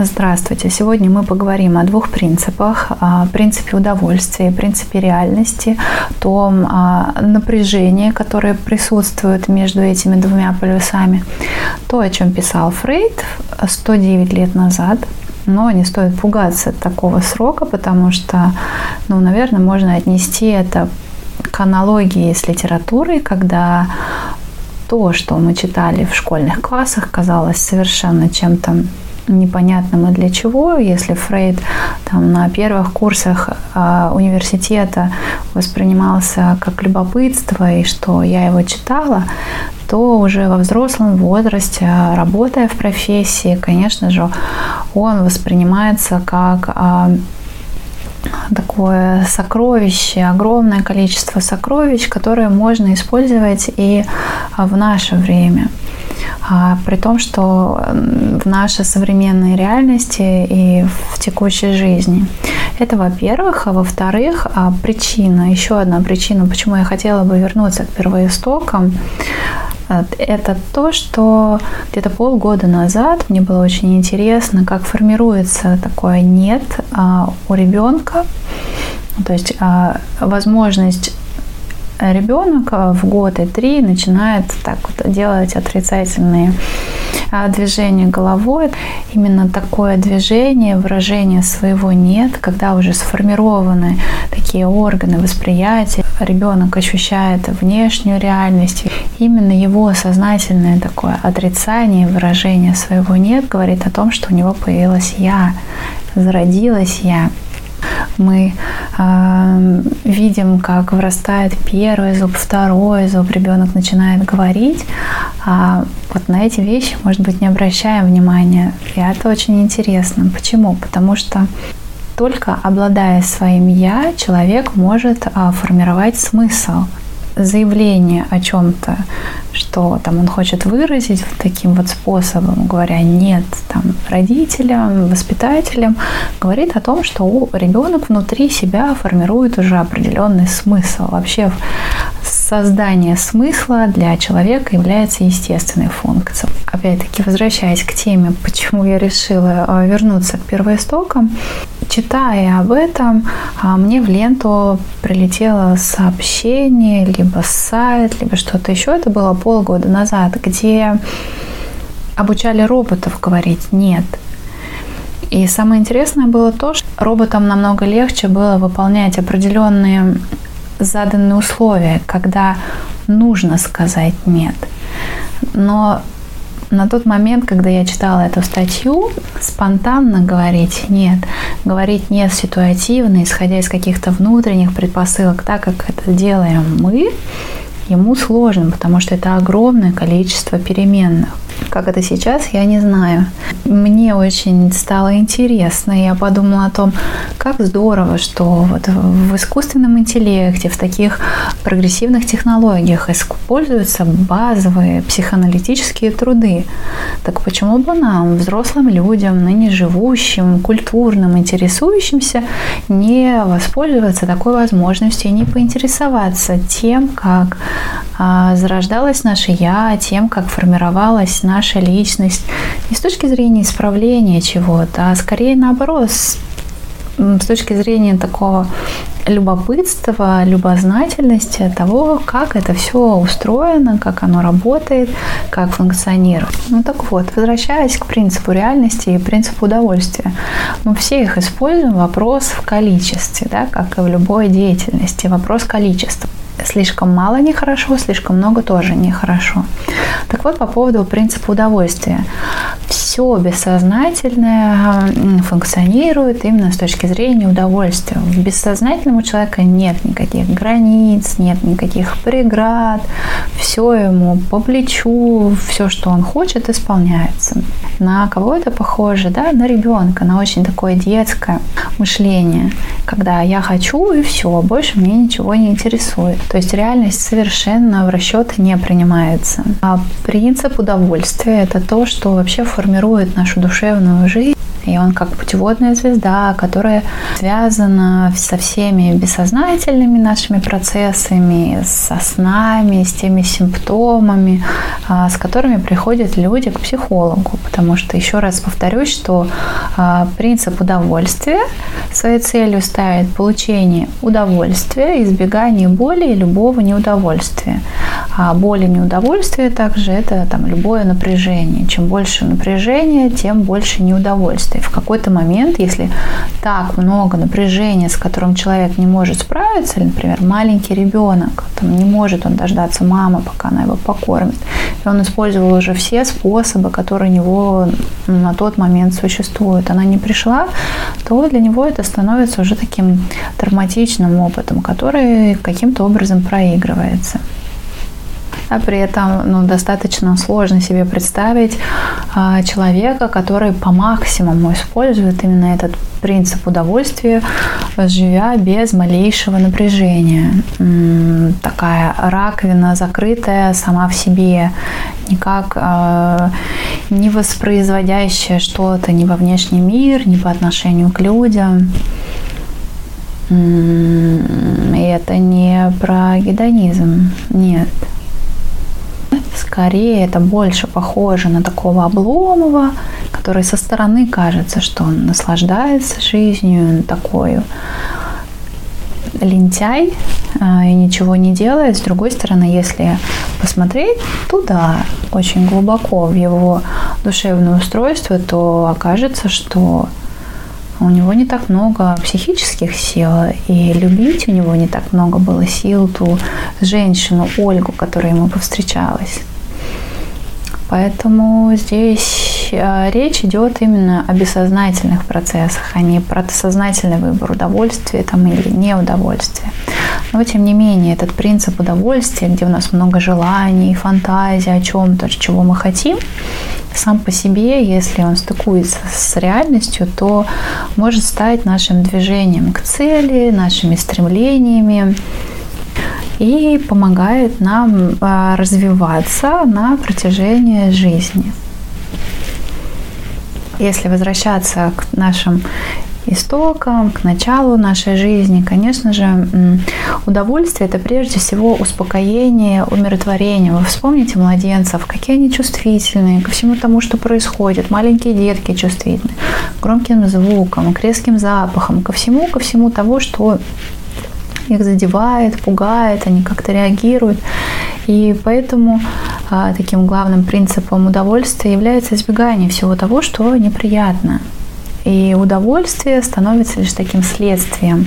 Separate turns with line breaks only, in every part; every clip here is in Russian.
Здравствуйте! Сегодня мы поговорим о двух принципах. О принципе удовольствия и принципе реальности, том напряжении, которое присутствует между этими двумя полюсами. То, о чем писал Фрейд 109 лет назад. Но не стоит пугаться такого срока, потому что, наверное, можно отнести это к аналогии с литературой, когда то, что мы читали в школьных классах, казалось совершенно чем-то непонятным и для чего. Если Фрейд на первых курсах университета воспринимался как любопытство и что я его читала, то уже во взрослом возрасте, работая в профессии, конечно же, он воспринимается как такое сокровище, огромное количество сокровищ, которые можно использовать и в наше время. При том, что в нашей современной реальности и в текущей жизни. Это во-первых. А во-вторых, еще одна причина, почему я хотела бы вернуться к первоистокам, это то, что где-то полгода назад мне было очень интересно, как формируется такое «нет» у ребенка. То есть возможность ребенок в год и 3 начинает так вот делать отрицательные движения головой. Именно такое движение, выражение своего «нет», когда уже сформированы такие органы восприятия, ребенок ощущает внешнюю реальность. Именно его сознательное такое отрицание, выражение своего «нет» говорит о том, что у него появилось «я», зародилось «я». Мы видим, как вырастает первый зуб, второй зуб, ребенок начинает говорить. Вот на эти вещи, может быть, не обращаем внимания. И это очень интересно. Почему? Потому что только обладая своим «я», человек может формировать смысл. Заявление о чем-то, что он хочет выразить вот таким вот способом, говоря «нет» родителям, воспитателям, говорит о том, что ребенок внутри себя формирует уже определенный смысл. Вообще создание смысла для человека является естественной функцией. Опять-таки, возвращаясь к теме, почему я решила вернуться к первоистокам, читая об этом, мне в ленту прилетело сообщение, либо сайт, либо что-то еще. Это было полгода назад, где обучали роботов говорить «нет». И самое интересное было то, что роботам намного легче было выполнять определенные заданные условия, когда нужно сказать «нет». Но на тот момент, когда я читала эту статью, спонтанно говорить «нет», ситуативно, исходя из каких-то внутренних предпосылок, так как это делаем мы, ему сложно, потому что это огромное количество переменных. Как это сейчас, я не знаю. Мне очень стало интересно. Я подумала о том, как здорово, что вот в искусственном интеллекте, в таких прогрессивных технологиях используются базовые психоаналитические труды. Так почему бы нам, взрослым людям, ныне живущим, культурным, интересующимся, не воспользоваться такой возможностью и не поинтересоваться тем, как зарождалось наше «я», тем, как формировалась наша личность не с точки зрения исправления чего-то, а скорее наоборот, с точки зрения такого любопытства, любознательности того, как это все устроено, как оно работает, как функционирует. Так вот, возвращаясь к принципу реальности и принципу удовольствия, мы все их используем. Вопрос в количестве, как и в любой деятельности, вопрос количества. Слишком мало нехорошо, слишком много тоже нехорошо. Так вот, по поводу принципа удовольствия. Все бессознательное функционирует именно с точки зрения удовольствия. В бессознательном у человека нет никаких границ, нет никаких преград. Все ему по плечу, все, что он хочет, исполняется. На кого это похоже? На ребенка, на очень такое детское мышление, когда я хочу и все, больше мне ничего не интересует. То есть реальность совершенно в расчет не принимается. А принцип удовольствия – это то, что вообще формирует формирует нашу душевную жизнь. И он как путеводная звезда, которая связана со всеми бессознательными нашими процессами, со снами, с теми симптомами, с которыми приходят люди к психологу. Потому что, еще раз повторюсь, что принцип удовольствия своей целью ставит получение удовольствия, избегание боли и любого неудовольствия. А боль и неудовольствие также это любое напряжение. Чем больше напряжения, тем больше неудовольствия. В какой-то момент, если так много напряжения, с которым человек не может справиться, или, например, маленький ребенок, не может он дождаться мамы, пока она его покормит, и он использовал уже все способы, которые у него на тот момент существуют, она не пришла, то для него это становится уже таким травматичным опытом, который каким-то образом проигрывается. А при этом достаточно сложно себе представить человека, который по максимуму использует именно этот принцип удовольствия, живя без малейшего напряжения. Такая раковина закрытая сама в себе, никак не воспроизводящая что-то ни во внешний мир, ни по отношению к людям. И это не про гедонизм, нет. Скорее, это больше похоже на такого Обломова, который со стороны кажется, что он наслаждается жизнью, он такой лентяй и ничего не делает. С другой стороны, если посмотреть туда, очень глубоко в его душевное устройство, то окажется, что у него не так много психических сил, и любить у него не так много было сил ту женщину Ольгу, которая ему повстречалась. Поэтому здесь речь идет именно о бессознательных процессах, а не про сознательный выбор удовольствия или неудовольствия. Но тем не менее, этот принцип удовольствия, где у нас много желаний, фантазий о чем-то, чего мы хотим, сам по себе, если он стыкуется с реальностью, то может стать нашим движением к цели, нашими стремлениями и помогает нам развиваться на протяжении жизни. Если возвращаться к нашим истокам, к началу нашей жизни, конечно же, удовольствие – это прежде всего успокоение, умиротворение. Вы вспомните младенцев, какие они чувствительные ко всему тому, что происходит. Маленькие детки чувствительны к громким звукам, к резким запахам, ко всему того, что их задевает, пугает, они как-то реагируют. И поэтому таким главным принципом удовольствия является избегание всего того, что неприятно. И удовольствие становится лишь таким следствием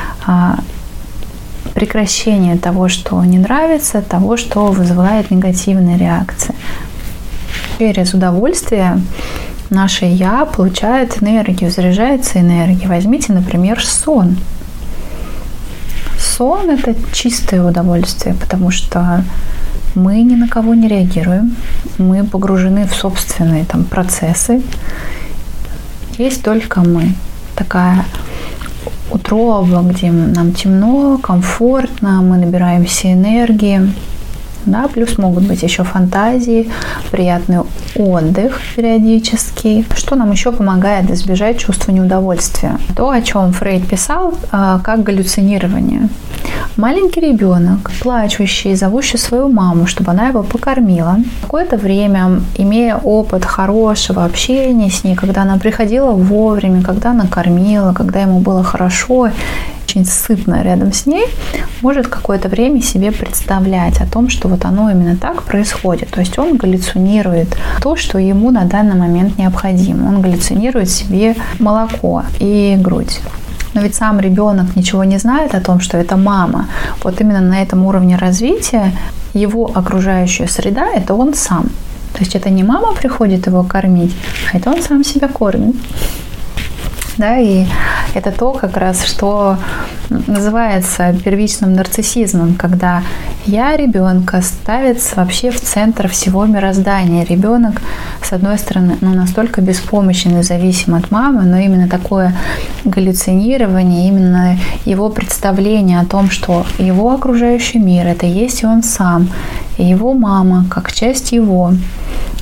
прекращения того, что не нравится, того, что вызывает негативные реакции. Через удовольствие наше «я» получает энергию, заряжается энергией. Возьмите, например, сон. Сон – это чистое удовольствие, потому что мы ни на кого не реагируем, мы погружены в собственные процессы. Есть только мы. Такая утроба, где нам темно, комфортно, мы набираемся энергии. Да, плюс могут быть еще фантазии, приятный отдых периодический. Что нам еще помогает избежать чувства неудовольствия? То, о чем Фрейд писал, как галлюцинирование. Маленький ребенок, плачущий, зовущий свою маму, чтобы она его покормила. Какое-то время, имея опыт хорошего общения с ней, когда она приходила вовремя, когда она кормила, когда ему было хорошо, очень сытно рядом с ней, может какое-то время себе представлять о том, что оно именно так происходит. То есть он галлюцинирует то, что ему на данный момент необходимо. Он галлюцинирует себе молоко и грудь. Но ведь сам ребенок ничего не знает о том, что это мама. Вот именно на этом уровне развития его окружающая среда – это он сам. То есть это не мама приходит его кормить, а это он сам себя кормит. Да, и это то, как раз, что называется первичным нарциссизмом, когда я ребенка ставится вообще в центр всего мироздания. Ребенок, с одной стороны, настолько беспомощен и зависим от мамы, но именно такое галлюцинирование, именно его представление о том, что его окружающий мир – это есть и он сам, и его мама как часть его.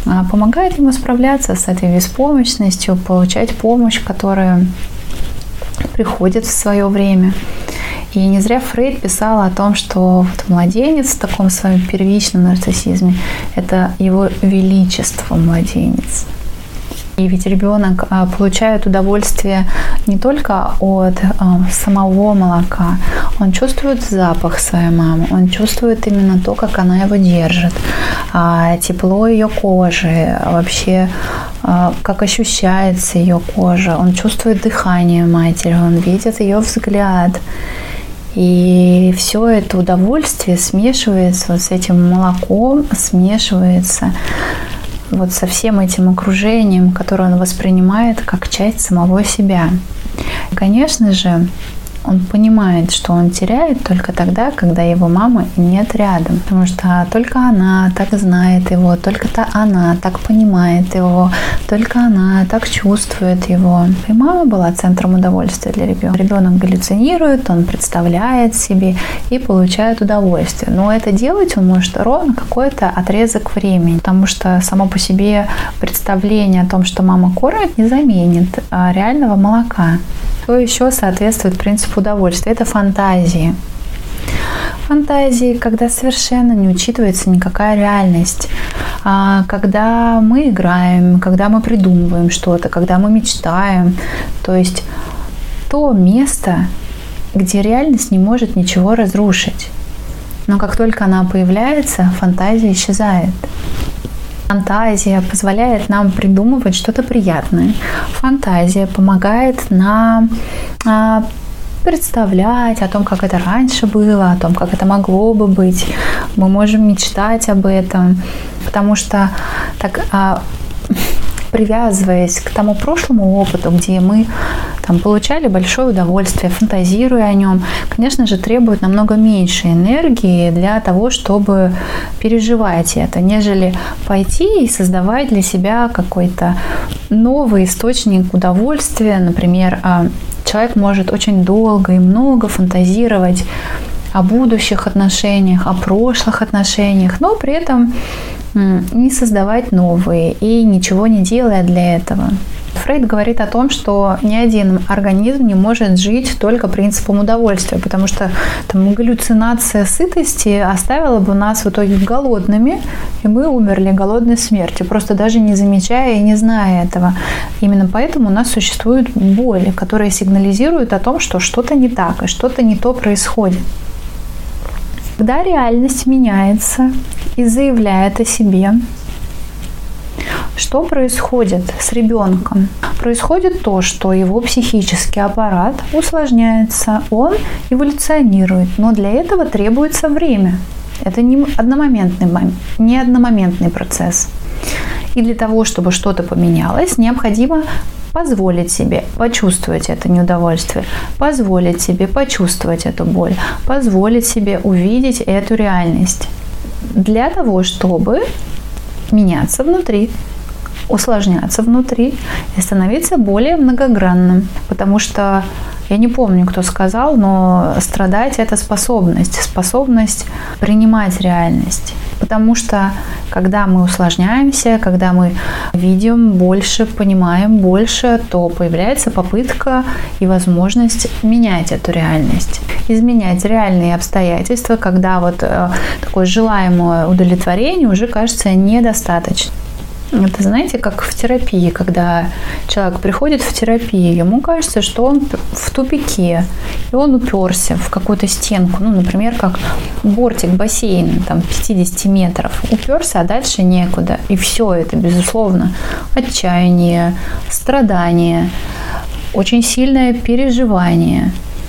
помогает ему справляться с этой беспомощностью, получать помощь, которая приходит в свое время. И не зря Фрейд писал о том, что вот младенец в таком своем первичном нарциссизме – это его величество младенец. И ведь ребенок получает удовольствие не только от самого молока, он чувствует запах своей мамы, он чувствует именно то, как она его держит, тепло ее кожи, вообще как ощущается ее кожа, он чувствует дыхание матери, он видит ее взгляд. И все это удовольствие смешивается вот с этим молоком, смешивается вот со всем этим окружением, которое он воспринимает как часть самого себя. И, конечно же, он понимает, что он теряет только тогда, когда его мамы нет рядом. Потому что только она так знает его, только она так понимает его, только она так чувствует его. И мама была центром удовольствия для ребенка. Ребенок галлюцинирует, он представляет себе и получает удовольствие. Но это делать он может ровно какой-то отрезок времени, потому что само по себе представление о том, что мама кормит, не заменит реального молока. Что еще соответствует принципу удовольствия? Это фантазии. Фантазии, когда совершенно не учитывается никакая реальность. Когда мы играем, когда мы придумываем что-то, когда мы мечтаем. То есть то место, где реальность не может ничего разрушить. Но как только она появляется, фантазия исчезает. Фантазия позволяет нам придумывать что-то приятное. Фантазия помогает нам представлять о том, как это раньше было, о том, как это могло бы быть. Мы можем мечтать об этом, потому что так, привязываясь к тому прошлому опыту, где мы получали большое удовольствие, фантазируя о нем, конечно же, требует намного меньше энергии для того, чтобы переживать это, нежели пойти и создавать для себя какой-то новый источник удовольствия. Например, человек может очень долго и много фантазировать о будущих отношениях, о прошлых отношениях, но при этом не создавать новые и ничего не делая для этого. Фрейд говорит о том, что ни один организм не может жить только принципом удовольствия, потому что галлюцинация сытости оставила бы нас в итоге голодными, и мы умерли голодной смертью, просто даже не замечая и не зная этого. Именно поэтому у нас существует боль, которая сигнализирует о том, что что-то не так и что-то не то происходит. Когда реальность меняется и заявляет о себе, что происходит с ребенком? Происходит то, что его психический аппарат усложняется, он эволюционирует, но для этого требуется время. Это не одномоментный процесс. И для того, чтобы что-то поменялось, необходимо позволить себе почувствовать это неудовольствие, позволить себе почувствовать эту боль, позволить себе увидеть эту реальность. Для того, чтобы меняться внутри, усложняться внутри и становиться более многогранным. Потому что, я не помню, кто сказал, но страдать – это способность принимать реальность. Потому что, когда мы усложняемся, когда мы видим больше, понимаем больше, то появляется попытка и возможность менять эту реальность. Изменять реальные обстоятельства, когда такое желаемое удовлетворение уже кажется недостаточно. Это, знаете, как в терапии, когда человек приходит в терапию, ему кажется, что он в тупике, и он уперся в какую-то стенку, например, как бортик бассейна, 50 метров, уперся, а дальше некуда. И все это, безусловно, отчаяние, страдание, очень сильное переживание.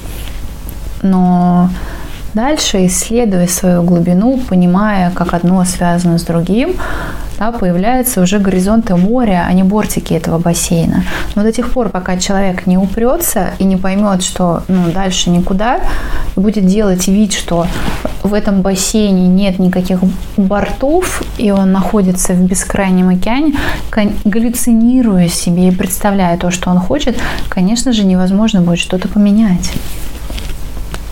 Но дальше, исследуя свою глубину, понимая, как одно связано с другим, появляются уже горизонты моря, а не бортики этого бассейна. Но до тех пор, пока человек не упрется и не поймет, что дальше никуда, и будет делать вид, что в этом бассейне нет никаких бортов, и он находится в бескрайнем океане, галлюцинируя себе и представляя то, что он хочет, конечно же, невозможно будет что-то поменять.